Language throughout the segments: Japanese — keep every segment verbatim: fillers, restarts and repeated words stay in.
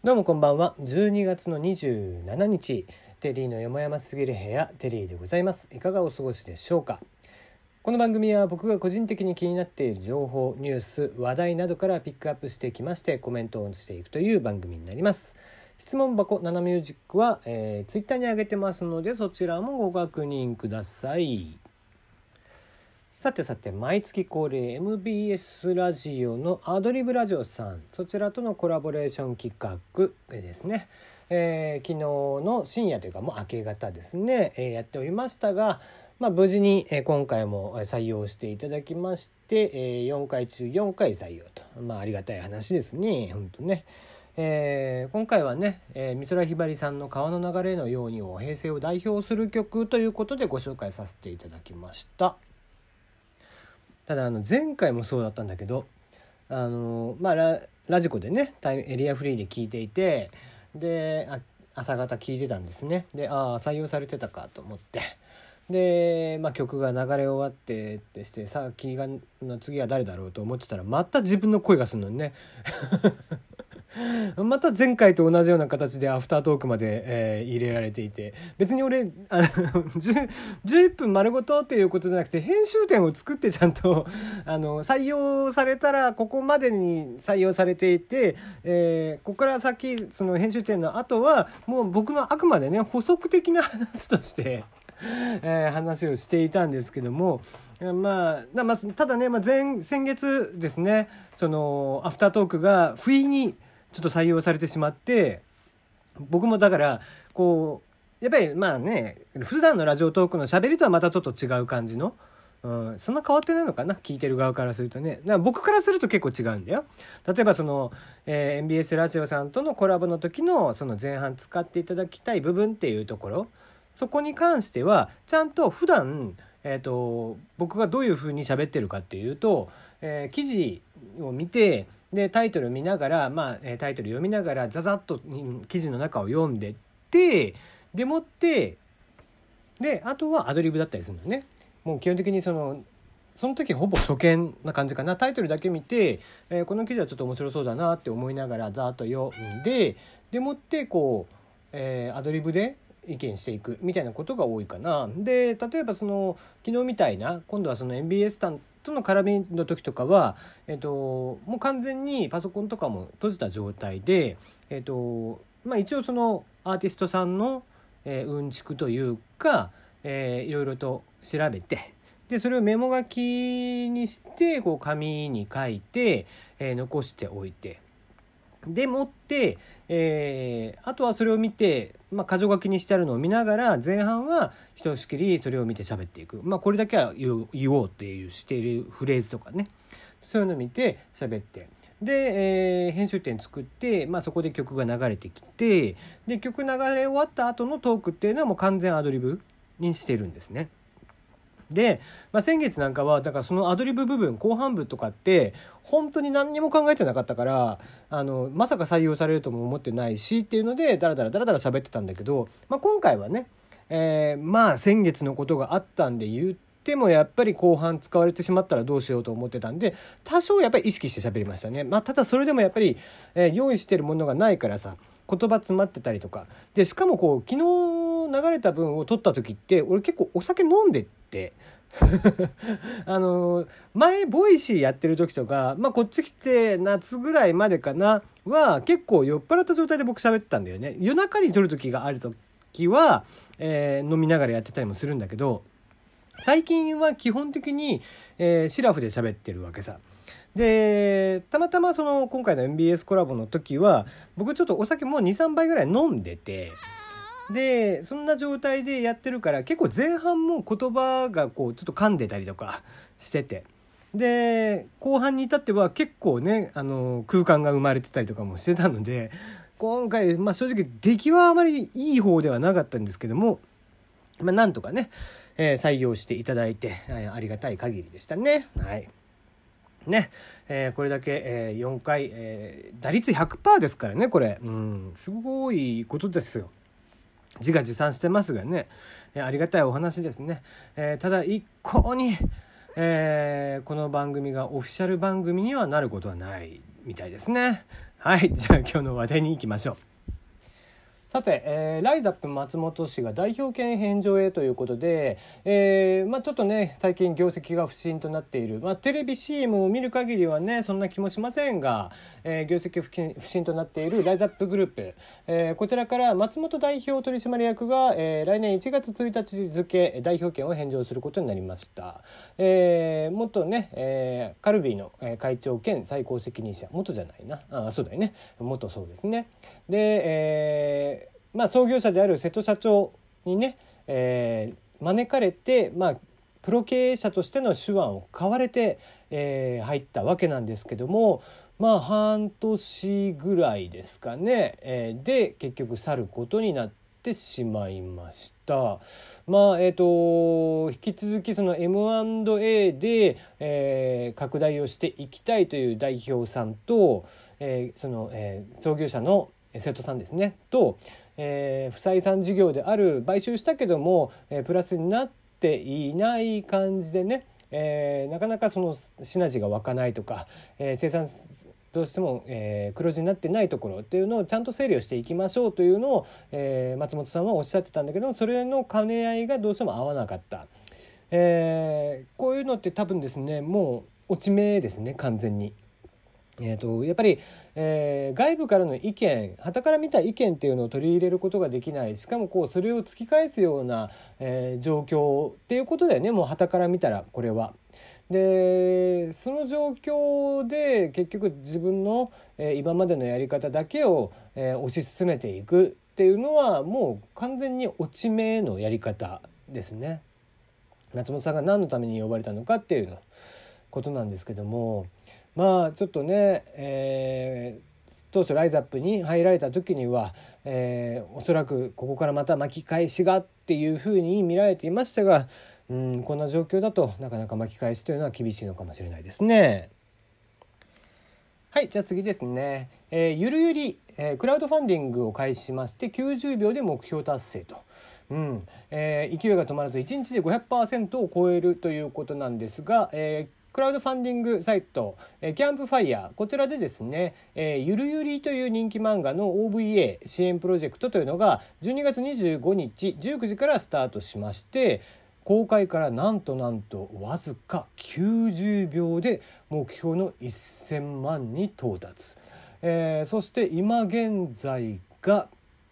どうもこんばんは。じゅうにがつのにじゅうしちにち、テリーのよもやますぎる部屋、テリーでございます。いかがお過ごしでしょうか。この番組は僕が個人的に気になっている情報、ニュース、話題などからピックアップしてきましてコメントをしていくという番組になります。質問箱ナナミュージックは、えー、ツイッターに上げてますので、そちらもご確認ください。さてさて、毎月恒例 エムビーエス ラジオのアドリブラジオさん、そちらとのコラボレーション企画でですね、えー、昨日の深夜というかもう明け方ですね、えー、やっておりましたが、まあ、無事に、えー、今回も採用していただきまして、えー、よんかいちゅうよんかい採用と、まあ、ありがたい話ですね。本当ね、えー、今回はね、えー、美空ひばりさんの川の流れのようにを平成を代表する曲ということでご紹介させていただきました。ただあの前回もそうだったんだけど、あの、まあ、ラ, ラジコでねタイエリアフリーで聞いていて、であ朝方聞いてたんですね。で、ああ採用されてたかと思って、で、まあ、曲が流れ終わってってしてさあ次がの次は誰だろうと思ってたら、また自分の声がするのにねまた前回と同じような形でアフタートークまで、えー、入れられていて、別に俺あの 10, じゅういっぷん丸ごとっていうことじゃなくて、編集点を作ってちゃんとあの採用されたらここまでに採用されていて、えー、ここから先その編集点の後はもう僕のあくまでね補足的な話としてえー、話をしていたんですけども、まあ、まあ、ただね、まあ、前先月ですね、そのアフタートークが不意にちょっと採用されてしまって、僕もだからこうやっぱりまあね、普段のラジオトークの喋りとはまたちょっと違う感じの、うん、そんな変わってないのかな、聞いてる側からするとね。だから僕からすると結構違うんだよ。例えばその、えー、エムビーエス ラジオさんとのコラボの時のその前半使っていただきたい部分っていうところ、そこに関してはちゃんと普段、えーと、僕がどういう風に喋ってるかっていうと、えー、記事を見て、でタイトル見ながら、まあ、タイトル読みながらザザッと記事の中を読んでって、でもってであとはアドリブだったりするのね。もう基本的にそのその時ほぼ初見な感じかな。タイトルだけ見て、えー、この記事はちょっと面白そうだなって思いながらザーッと読んで、でもってこう、えー、アドリブで意見していくみたいなことが多いかな。で例えばその昨日みたいな、今度はその エムビーエス さんとの絡みの時とかは、えっと、もう完全にパソコンとかも閉じた状態で、えっとまあ、一応そのアーティストさんの、えー、うんちくというか、えー、いろいろと調べて、でそれをメモ書きにしてこう紙に書いて、えー、残しておいて、でもって、えー、あとはそれを見て、まあ、箇条書きにしてあるのを見ながら、前半はひとしきりそれを見て喋っていく、まあ、これだけは言う、言おうっていうしているフレーズとかね、そういうのを見て喋って、で、えー、編集点作って、まあ、そこで曲が流れてきて、で曲流れ終わった後のトークっていうのはもう完全アドリブにしてるんですね。で、まあ、先月なんかはだからそのアドリブ部分後半部とかって本当に何にも考えてなかったから、あのまさか採用されるとも思ってないしっていうのでダラダラダラダラ喋ってたんだけど、まあ、今回はね、えー、まあ先月のことがあったんで言ってもやっぱり後半使われてしまったらどうしようと思ってたんで、多少やっぱり意識して喋りましたね。まあ、ただそれでもやっぱり、えー、用意してるものがないからさ、言葉詰まってたりとかで、しかもこう昨日流れた分を撮った時って俺結構お酒飲んでってあの前ボイシーやってる時とか、まあ、こっち来て夏ぐらいまでかなは結構酔っ払った状態で僕喋ってたんだよね。夜中に撮る時がある時は、えー、飲みながらやってたりもするんだけど、最近は基本的に、えー、シラフで喋ってるわけさ。でたまたまその今回の エムビーエス コラボの時は僕ちょっとお酒もう にさんばいぐらい飲んでて、でそんな状態でやってるから結構前半も言葉がこうちょっと噛んでたりとかしてて、で後半に至っては結構ね、あの空間が生まれてたりとかもしてたので、今回、まあ、正直出来はあまりいい方ではなかったんですけども、まあ、なんとかね、えー、採用していただいて、えー、ありがたい限りでしたね。はいね、えー、これだけ、えー、よんかい、えー、打率 ひゃくパーセント ですからね、これ、うん、すごいことですよ。自画自賛してますがね、えー、ありがたいお話ですね。えー、ただ一向に、えー、この番組がオフィシャル番組にはなることはないみたいですね。 はい、じゃあ今日の話題に行きましょう。さて、えー、ライザップ松本氏が代表権返上へということで、えーまあ、ちょっとね最近業績が不振となっている、まあ、テレビ シーエム を見る限りはねそんな気もしませんが、えー、業績不振、不振となっているライザップグループ、えー、こちらから松本代表取締役が、えー、来年いちがつついたち付代表権を返上することになりました。えー、元ね、えー、カルビーの会長兼最高責任者、元じゃないなあそうだよね元そうですね。で、えーまあ、創業者である瀬戸社長にね、えー、招かれて、まあ、プロ経営者としての手腕を買われて、えー、入ったわけなんですけども、まあ半年ぐらいですかね、えー、で結局去ることになってしまいました。まあえーと引き続きその エムアンドエー で、えー、拡大をしていきたいという代表さんと、えー、その、えー、創業者の瀬戸さんですねと、えー、不採算事業である買収したけども、えー、プラスになっていない感じでね、えー、なかなかそのシナジーが湧かないとか、えー、生産どうしても、えー、黒字になってないところっていうのをちゃんと整理をしていきましょうというのを、えー、松本さんはおっしゃってたんだけどそれの兼ね合いがどうしても合わなかった、えー、こういうのって多分ですねもう落ち目ですね完全に。えー、とやっぱり、えー、外部からの意見傍から見た意見っていうのを取り入れることができないしかもこうそれを突き返すような、えー、状況っていうことだよねもう傍から見たらこれは。でその状況で結局自分の、えー、今までのやり方だけを、えー、推し進めていくっていうのはもう完全に落ち目のやり方ですね。松本さんが何のために呼ばれたのかっていうのことなんですけども、まあちょっとね、えー、当初ライザップに入られた時には、えー、おそらくここからまた巻き返しがっていうふうに見られていましたが、うん、こんな状況だとなかなか巻き返しというのは厳しいのかもしれないですね。はい、じゃあ次ですね、えー、ゆるゆり、えー、クラウドファンディングを開始しましてきゅうじゅうびょうで目標達成と。うんえー、勢いが止まらずいちにちで ごひゃくパーセント を超えるということなんですが、えークラウドファンディングサイト、えー、キャンプファイヤーこちらでですね、えー、ゆるゆりという人気漫画の オーブイエー 支援プロジェクトというのがじゅうにがつにじゅうごにちじゅうくじからスタートしまして公開からなんとなんとわずかきゅうじゅうびょうで目標のせんまんに到達、えー、そして今現在が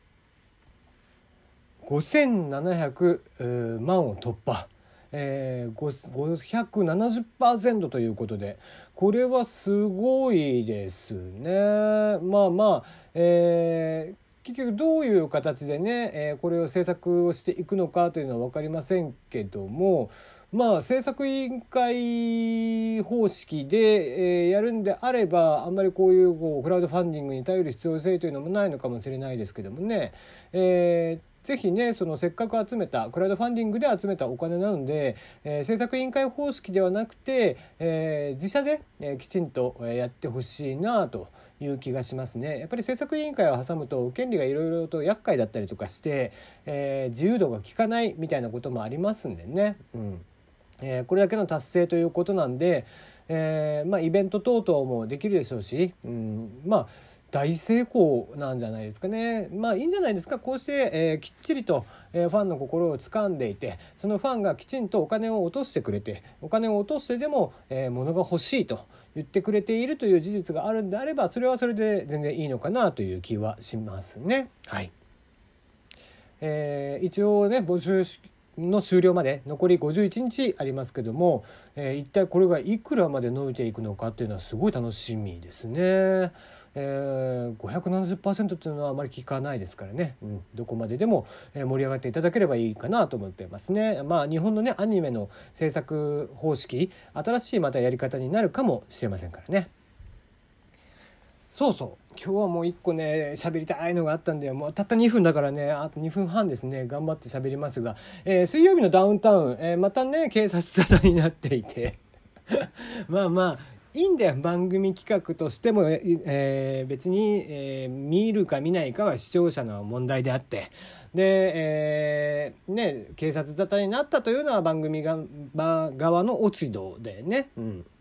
ごせんななひゃくまんを突破、えー、ごひゃくななじゅっパーセント ということでこれはすごいですね。まあまあ、えー、結局どういう形でね、えー、これを制作をしていくのかというのは分かりませんけどもまあ制作委員会方式で、えー、やるんであればあんまりこういう、こうクラウドファンディングに頼る必要性というのもないのかもしれないですけどもね、えーぜひねそのせっかく集めたクラウドファンディングで集めたお金なので、えー、制作委員会方式ではなくて、えー、自社で、えー、きちんとやってほしいなという気がしますね。やっぱり制作委員会を挟むと権利がいろいろと厄介だったりとかして、えー、自由度が利かないみたいなこともありますんでね、うんえー、これだけの達成ということなんで、えーまあ、イベント等々もできるでしょうし、うん、まあ大成功なんじゃないですかね。まあいいんじゃないですか。こうして、えー、きっちりと、えー、ファンの心を掴んでいてそのファンがきちんとお金を落としてくれてお金を落としてでも、えー、物が欲しいと言ってくれているという事実があるんであればそれはそれで全然いいのかなという気はしますね。はい、えー、一応ね募集の終了まで残りごじゅういちにちありますけども、えー、一体これがいくらまで伸びていくのかっていうのはすごい楽しみですね。えー、ごひゃくななじゅっパーセント っていうのはあまり聞かないですからね、うん、どこまででも盛り上がっていただければいいかなと思っていますね。まあ日本のねアニメの制作方式新しいまたやり方になるかもしれませんからね。そうそう今日はもう一個ね喋りたいのがあったんでもうたったにふんだからねあとにふんはんですね頑張って喋りますが、えー、水曜日のダウンタウン、えー、またね警察沙汰になっていてまあまあいいんだよ番組企画としても、えー、別に、えー、見るか見ないかは視聴者の問題であってで、えーね、警察沙汰になったというのは番組が側の落ち度でね、うん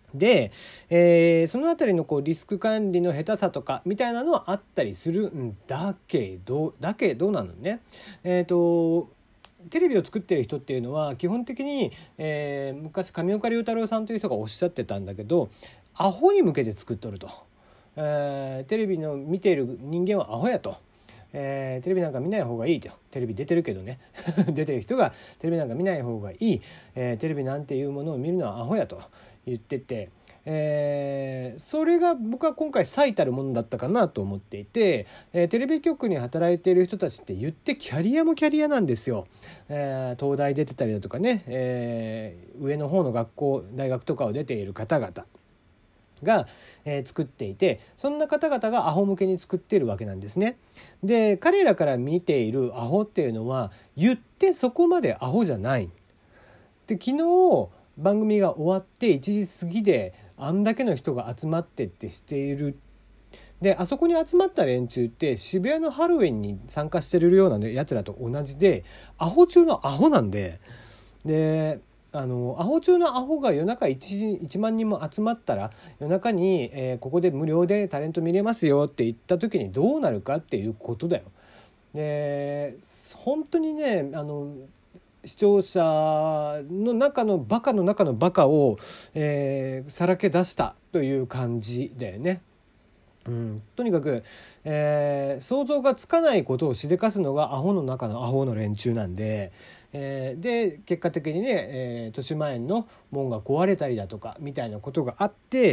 で、えーそのあたりのこうリスク管理の下手さとかみたいなのはあったりするんだけどだけどなのね。えっとテレビを作ってる人っていうのは基本的に、えー昔上岡龍太郎さんという人がおっしゃってたんだけど、アホに向けて作っとると、えーテレビの見ている人間はアホやと、えーテレビなんか見ない方がいいと。テレビ出てるけどね出てる人がテレビなんか見ない方がいい、えーテレビなんていうものを見るのはアホやと言ってて、えーそれが僕は今回最たるものだったかなと思っていて、えーテレビ局に働いている人たちって言ってキャリアもキャリアなんですよ。えー東大出てたりだとかね、えー上の方の学校大学とかを出ている方々が、えー作っていて、そんな方々がアホ向けに作っているわけなんですね。で、彼らから見ているアホっていうのは言ってそこまでアホじゃない。で、昨日番組が終わっていちじ過ぎであんだけの人が集まってってしている。で、あそこに集まった連中って渋谷のハロウィンに参加してるようなやつらと同じで、アホ中のアホなんで、であのアホ中のアホが夜中 1, いちまん人も集まったら、夜中に、えーここで無料でタレント見れますよって言った時にどうなるかっていうことだよ。で、本当にね、あの視聴者の中のバカの中のバカを、えーさらけ出したという感じだよね。うん、とにかく、えー想像がつかないことをしでかすのがアホの中のアホの連中なんで、えーで結果的にね、えー、豊島園の門が壊れたりだとかみたいなことがあって、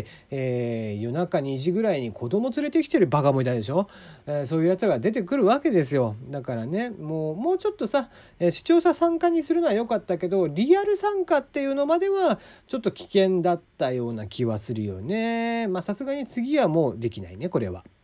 えー夜中にじぐらいに子供連れてきてるバカもいたでしょ、えーそういうやつが出てくるわけですよ。だからね、もうもうちょっとさ、えー視聴者参加にするのは良かったけど、リアル参加っていうのまではちょっと危険だったような気はするよね。まあさすがに次はもうできないね、これは。